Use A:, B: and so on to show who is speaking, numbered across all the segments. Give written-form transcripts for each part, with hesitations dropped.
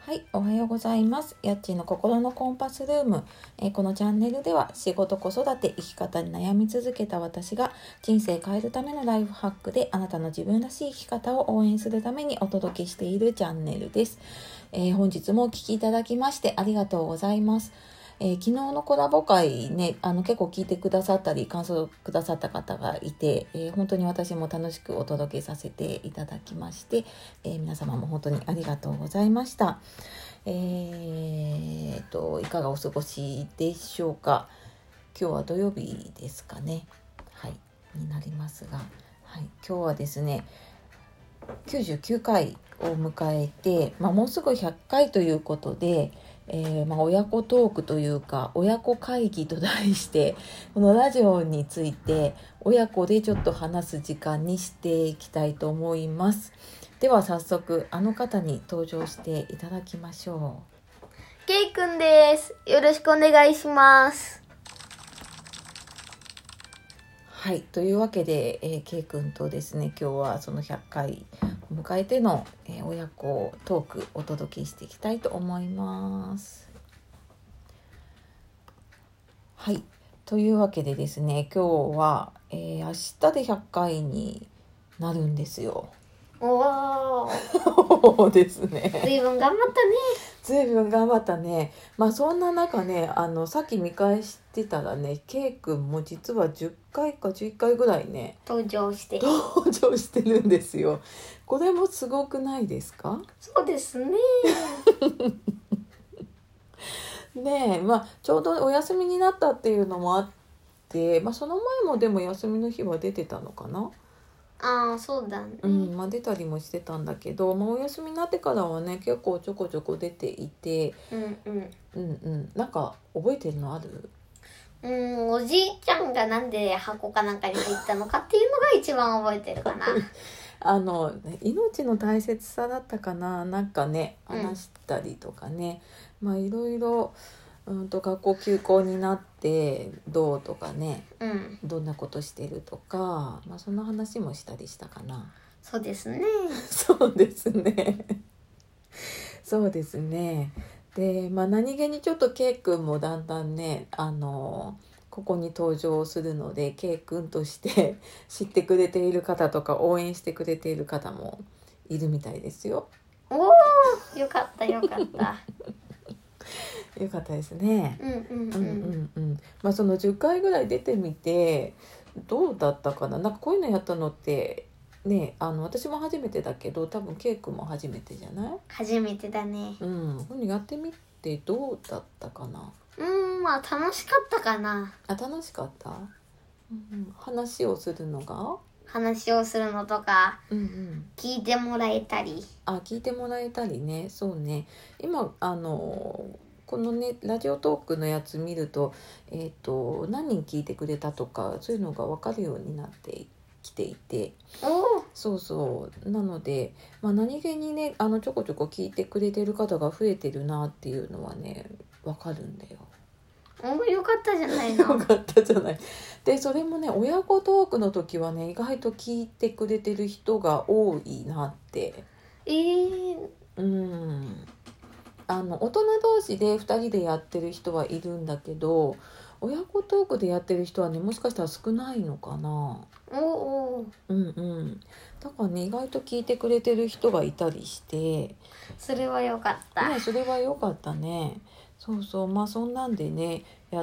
A: はい、おはようございます。やっちーの心のコンパスルーム。このチャンネルでは仕事、子育て、生き方に悩み続けた私が人生変えるためのライフハックであなたの自分らしい生き方を応援するためにお届けしているチャンネルです。本日もお聞きいただきましてありがとうございます。昨日のコラボ会ね、結構聞いてくださったり感想くださった方がいて、本当に私も楽しくお届けさせていただきまして、皆様も本当にありがとうございました。いかがお過ごしでしょうか。今日は土曜日ですかね。はい、になりますが、はい、今日はですね、99回を迎えて、もうすぐ100回ということで、親子トークというか親子会議と題してこのラジオについて親子でちょっと話す時間にしていきたいと思います。では早速あの方に登場していただきましょう。
B: ケイくんです。よろしくお願いします。
A: はい、というわけで、ケイくんとですね、今日はその100回を迎えての、親子トークお届けしていきたいと思います。はい、というわけでですね、今日は、明日で100回になるんですよ。
B: おー。
A: そうですね。
B: ずいぶん頑張ったね。
A: ずいぶん頑張ったね。そんな中ね、さっき見返してたらね、ケイくんも実は10回か11回ぐらいね
B: 登場して
A: るんですよ。これもすごくないですか？
B: そうですね。
A: ねえ、ちょうどお休みになったっていうのもあって、その前もでも休みの日は出てたのかな。
B: ああ、そうだね。
A: 出たりもしてたんだけど、お休みになってからはね結構ちょこちょこ出ていて、なんか覚えてるのある？
B: おじいちゃんがなんで箱かなんかに入ったのかっていうのが一番覚えてるかな。
A: 命の大切さだったかな、なんかね話したりとかね、いろいろ学校休校になってどうとかね、どんなことしてるとか、そんな話もしたりしたかな。
B: そうですね。
A: そうですね。そうですね。で、何気にちょっとケイ君もだんだんね、ここに登場するので、ケイ君として知ってくれている方とか応援してくれている方もいるみたいですよ。
B: おー、よかったよかった。
A: よかったですね。その10回ぐらい出てみてどうだったかな。なんかこういうのやったのってね、私も初めてだけど多分ケイ君も初めてじゃない？
B: 初めてだね。
A: こういうのやってみてどうだったかな。
B: 楽しかったかな。
A: 楽しかった？話をするのが？
B: 話をするのとか、聞いてもらえたり。
A: 聞いてもらえたりね。そうね。今このねラジオトークのやつ見ると、何人聞いてくれたとかそういうのが分かるようになってきていて、そうなので、何気にねちょこちょこ聞いてくれてる方が増えてるなっていうのはね分かるんだよ。
B: よかったじゃないの。
A: よかったじゃない。でそれもね親子トークの時はね意外と聞いてくれてる人が多いなって。大人同士で2人でやってる人はいるんだけど、親子トークでやってる人はねもしかしたら少ないのかな。だからね意外と聞いてくれてる人がいたりして、
B: それはよかった。
A: それはよかったね。そんなんでねやって、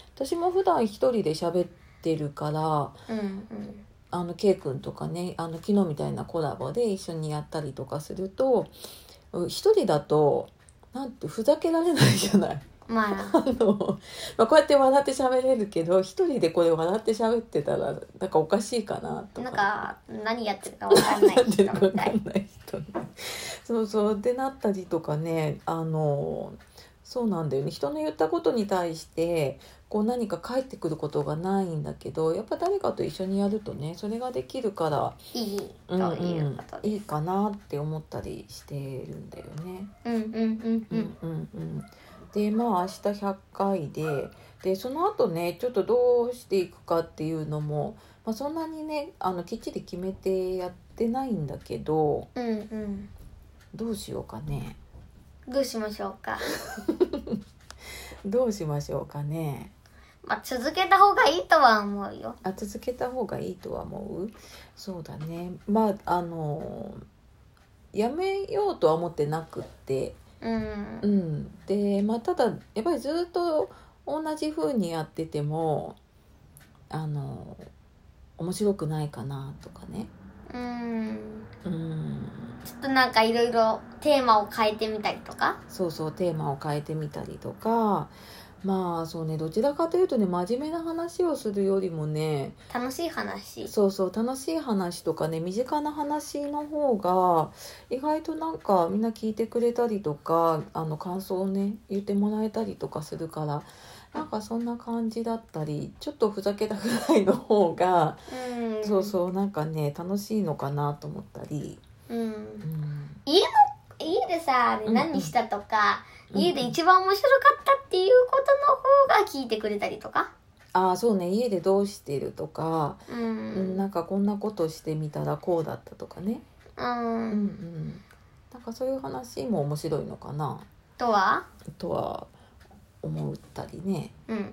A: 私も普段一人で喋ってるから、ケイ君とかね昨日みたいなコラボで一緒にやったりとかすると、一人だとなんてふざけられないじゃない。こうやって笑って喋れるけど一人でこれ笑って喋ってたらなんかおかしいかなとか、
B: なんか何やってるか分かんない人みたい。
A: そうってなったりとかね、そうなんだよね。人の言ったことに対してこう何か返ってくることがないんだけど、やっぱ誰かと一緒にやるとねそれができるから
B: いいということで、
A: いいかなって思ったりしてるんだよね。で明日100回でその後ねちょっとどうしていくかっていうのも、そんなにねきっちり決めてやってないんだけど、どうしようかね。
B: どうしましょうか。
A: どうしましょうかね。
B: まあ続けた方がいいとは思うよ。
A: 続けた方がいいとは思う。そうだね。まあやめようとは思ってなくって、でまあただやっぱりずっと同じ風にやってても面白くないかなとかね。
B: ちょっとなんかいろいろテーマを変えてみたりとか。
A: そうテーマを変えてみたりとか、まあそうね、どちらかというとね、真面目な話をするよりもね、
B: 楽しい話。
A: 楽しい話とかね、身近な話の方が意外となんかみんな聞いてくれたりとか、感想をね言ってもらえたりとかするから、なんかそんな感じだったり、ちょっとふざけたぐらいの方が、なんかね楽しいのかなと思ったり、
B: 家でさ何したとか、家で一番面白かったっていうことの方が聞いてくれたりとか。
A: そうね、家でどうしてるとか、なんかこんなことしてみたらこうだったとかね、なんかそういう話も面白いのかなとは思ったりね、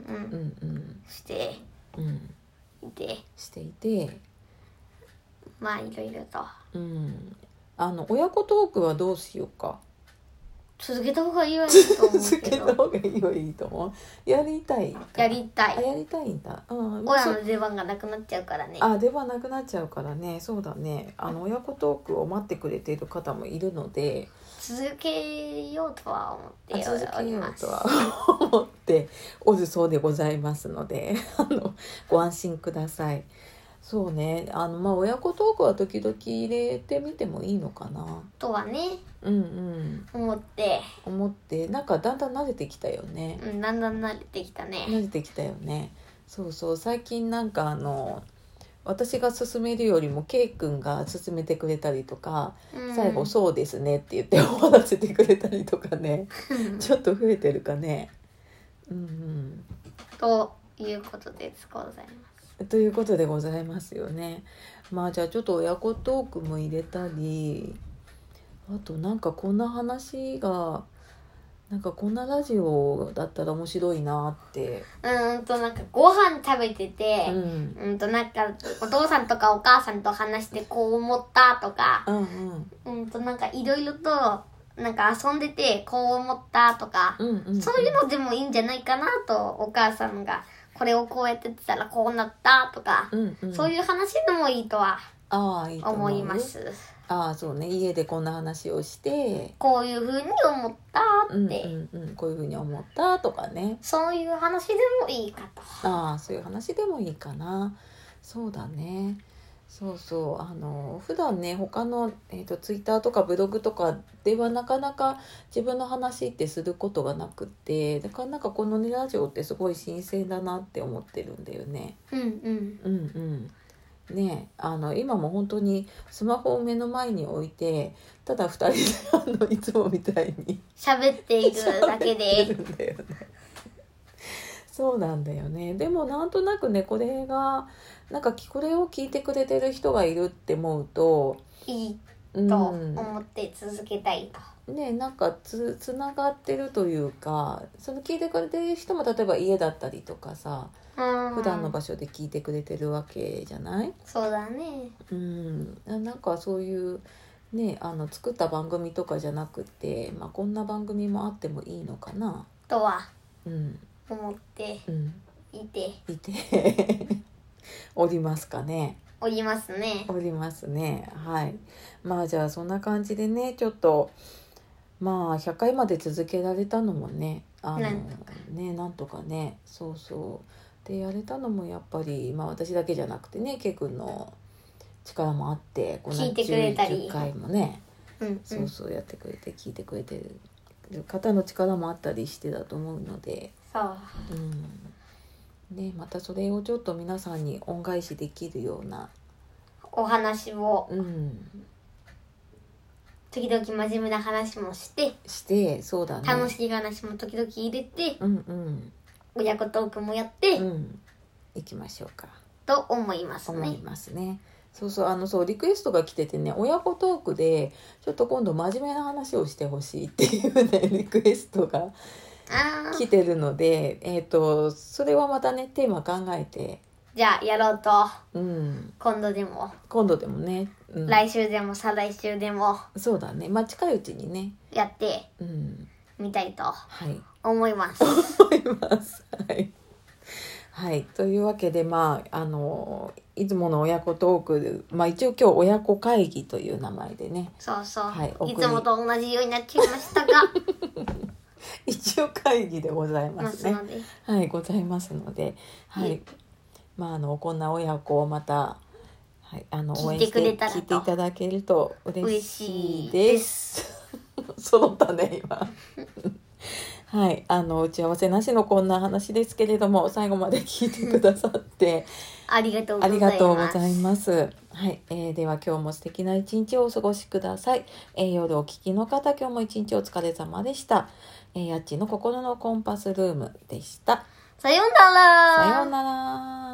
A: していて、
B: まあいろいろと、
A: 親子トークはどうしようか。
B: 続けた方がいいわいいと思うけど。
A: 続けた方がいいはいいと思う。やりたいんだ。
B: やりたい
A: んだ。
B: 親の出番がなくなっちゃうからね。
A: 出番なくなっちゃうからね。そうだね。親子トークを待ってくれている方もいるので、
B: 続けようとは思っております。
A: 続けようとは思っておるそうでございますので、ご安心ください。そうね、親子トークは時々入れてみてもいいのかな
B: とはね、思って
A: なんかだんだん慣れてきたよね。
B: だんだん慣れてきたね。
A: 慣れてきたよね。最近なんか私が勧めるよりも K 君が勧めてくれたりとか、最後そうですねって言って終わらせてくれたりとかねちょっと増えてるかね。
B: ということでございます。
A: ということでございますよね。まあじゃあちょっと親子トークも入れたり、あとなんかこんな話がなんかこんなラジオだったら面白いなって。
B: なんかご飯食べてて、なんかお父さんとかお母さんと話してこう思ったとか、なんかいろいろとなんか遊んでてこう思ったとか、そういうのでもいいんじゃないかなと、お母さんがこれをこうやってたらこうなったとか、そういう話でもいいとは思います。
A: そうね、家でこんな話をして
B: こういう風に思ったって、
A: こういう風に思ったとかね、
B: そういう話でもいいかと。
A: そういう話でもいいかな。そうだね。普段ね他の、ツイッターとかブログとかではなかなか自分の話ってすることがなくって、だからなんかこのねラジオってすごい新鮮だなって思ってるんだよね。ね、今も本当にスマホを目の前に置いてただ2人でいつもみたいに
B: 喋っているだけで
A: るんだよね。そうなんだよね。でもなんとなくね、これがなんかこれを聞いてくれてる人がいるって思うと
B: いいと思って続けたいと、
A: なんかつながってるというか、その聞いてくれてる人も例えば家だったりとかさ、普段の場所で聞いてくれてるわけじゃない？
B: そうだね。
A: なんかそういうね、作った番組とかじゃなくて、こんな番組もあってもいいのかな
B: とは思っていて
A: おりますかね。
B: おりますね。
A: はい。まあじゃあそんな感じでね、ちょっと100回まで続けられたのもね、なんとかね、でやれたのもやっぱり私だけじゃなくてね、ケイ君の力もあって、こんな
B: 聞いてくれたり
A: 10回もね、やってくれて聞いてくれてる方の力もあったりしてだと思うので、またそれをちょっと皆さんに恩返しできるような
B: お話を、時々真面目な話もして、
A: そうだね、
B: 楽しい話も時々入れて、親子トークもやって、
A: 行きましょうか
B: と思いますね。
A: そうリクエストが来ててね、親子トークでちょっと今度真面目な話をしてほしいっていうねリクエストが来てるので、それはまたねテーマ考えて
B: じゃあやろうと、今度でも
A: ね、
B: 来週でも再来週でも
A: そうだね、近いうちにね
B: やってみたいと思います、
A: はい、というわけでいつもの親子トーク、一応今日親子会議という名前でね、
B: そう、いつもと同じようになっちゃいましたが
A: 一応会議でございますね。はい、ございますので、はい、こんな親子をまた、応援して聞いていただけると嬉しいです。揃ったね今。はい、打ち合わせなしのこんな話ですけれども、最後まで聞いてくださって
B: ありがとうございます。
A: はい、では今日も素敵な一日をお過ごしください。夜お聞きの方、今日も一日お疲れ様でした。やっちの心のコンパスルームでした。
B: さようなら。
A: さようなら。